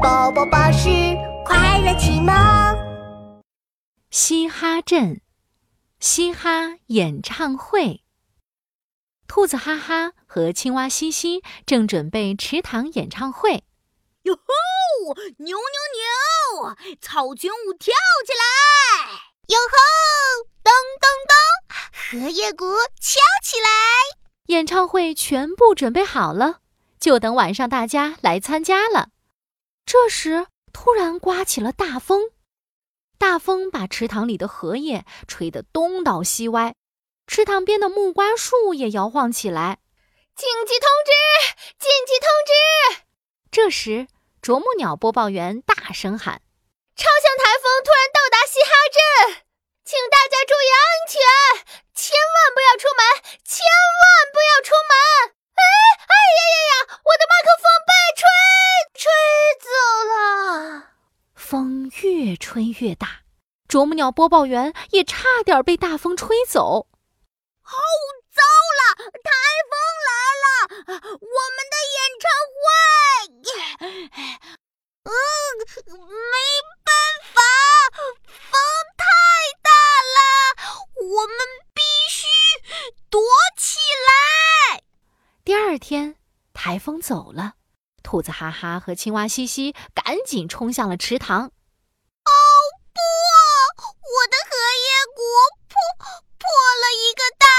宝宝巴士快乐启蒙。 嘻哈镇嘻哈演唱会，兔子哈哈和青蛙西西正准备池塘演唱会。 哟吼，牛牛牛，草裙舞跳起来！ 哟吼，咚咚咚，荷叶鼓敲起来！ 演唱会全部准备好了，就等晚上大家来参加了。这时突然刮起了大风，大风把池塘里的荷叶吹得东倒西歪，池塘边的木瓜树也摇晃起来。 紧急通知！紧急通知！ 这时啄木鸟播报员大声喊： 超强台风突然到达嘻哈镇，请大家注意安全，千万不要出门，千万不要出门！哎呀，我的麦克风被吹走了。 风越吹越大，啄木鸟播报员也差点被大风吹走。 哦，糟了，台风来了，我们的演唱会没办法，风太大了，我们必须躲起来。 第二天台风走了，兔子哈哈和青蛙西西赶紧冲向了池塘。 哦不，我的荷叶鼓破了一个大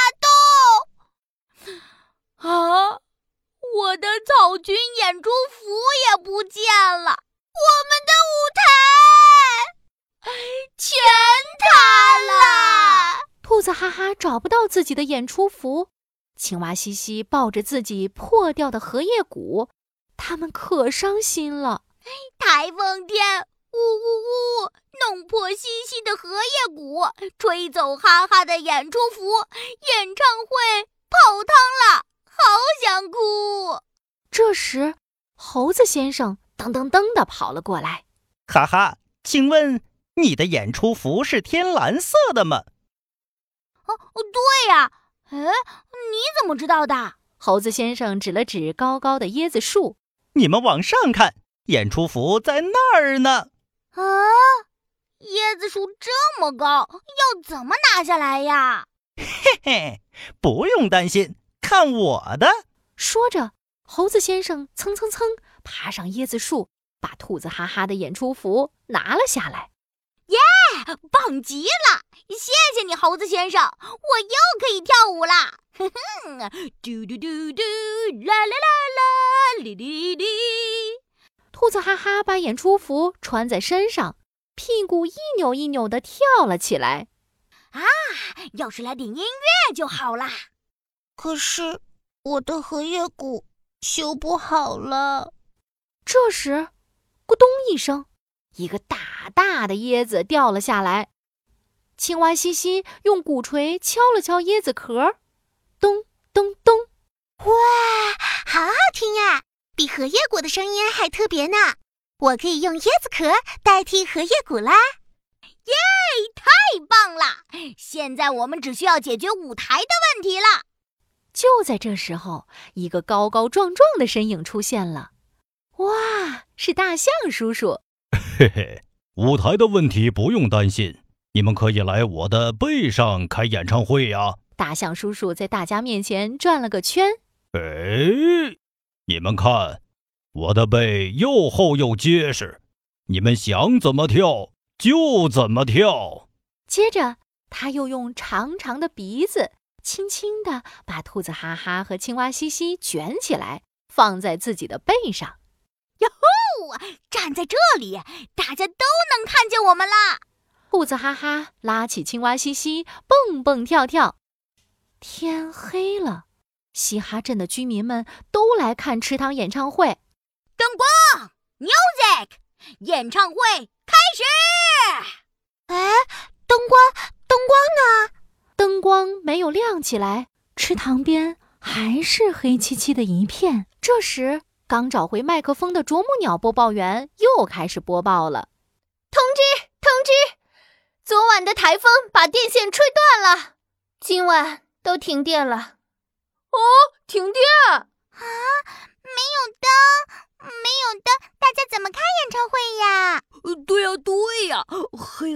洞啊！我的草裙演出服也不见了，我们的舞台全塌了。 兔子哈哈找不到自己的演出服，青蛙西西抱着自己破掉的荷叶鼓，他们可伤心了。 台风天，呜呜呜，弄破西西的荷叶鼓，吹走哈哈的演出服，演唱会泡汤了，好想哭。 这时猴子先生噔噔噔地跑了过来。 哈哈，请问你的演出服是天蓝色的吗？ 对呀，你怎么知道的？ 猴子先生指了指高高的椰子树。 你们往上看，演出服在那儿呢。 啊，椰子树这么高，要怎么拿下来呀？ 嘿嘿，不用担心，看我的。 说着，猴子先生蹭蹭蹭爬上椰子树，把兔子哈哈的演出服拿了下来。 耶，棒极了！谢谢你，猴子先生，我又可以跳舞啦！哼哼，嘟嘟嘟嘟，啦啦啦啦，哩哩哩。 兔子哈哈把演出服穿在身上，屁股一扭一扭地跳了起来。 啊，要是来点音乐就好啦。 可是我的荷叶鼓修不好了。 这时，咕咚一声，一个大大的椰子掉了下来。青蛙西西用鼓槌敲了敲椰子壳，咚咚咚。 哇，好好听呀，比荷叶鼓的声音还特别呢。我可以用椰子壳代替荷叶鼓啦。 耶，太棒了！现在我们只需要解决舞台的问题了。 就在这时候，一个高高壮壮的身影出现了。哇，是大象叔叔。 嘿嘿，舞台的问题不用担心，你们可以来我的背上开演唱会呀。 大象叔叔在大家面前转了个圈。 哎，你们看，我的背又厚又结实，你们想怎么跳就怎么跳。 接着，他又用长长的鼻子轻轻地把兔子哈哈和青蛙西西卷起来，放在自己的背上。 哟吼！站在这里，大家都能看见我们啦！ 兔子哈哈拉起青蛙西西，蹦蹦跳跳。天黑了，嘻哈镇的居民们都来看池塘演唱会。 灯光 ，music， 演唱会开始！ 哎，灯光呢？ 灯光没有亮起来，池塘边还是黑漆漆的一片。这时，刚找回麦克风的啄木鸟播报员又开始播报了。 通知，昨晚的台风把电线吹断了，今晚都停电了。哦，停电！ 啊，没有灯，大家怎么看演唱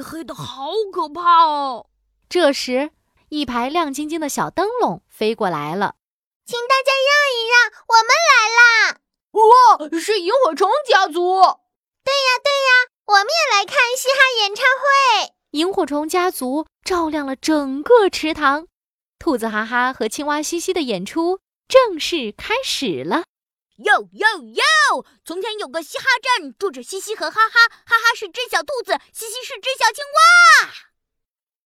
黑的好可怕哦。 这时，一排亮晶晶的小灯笼飞过来了。 请大家让一让，我们来啦！ 哇，是萤火虫家族！ 对呀，我们也来看嘻哈演唱会。 萤火虫家族照亮了整个池塘，兔子哈哈和青蛙西西的演出正式开始了。 哟哟哟！从前有个嘻哈镇，住着西西和哈哈，哈哈是只小兔子，西西是只小青蛙。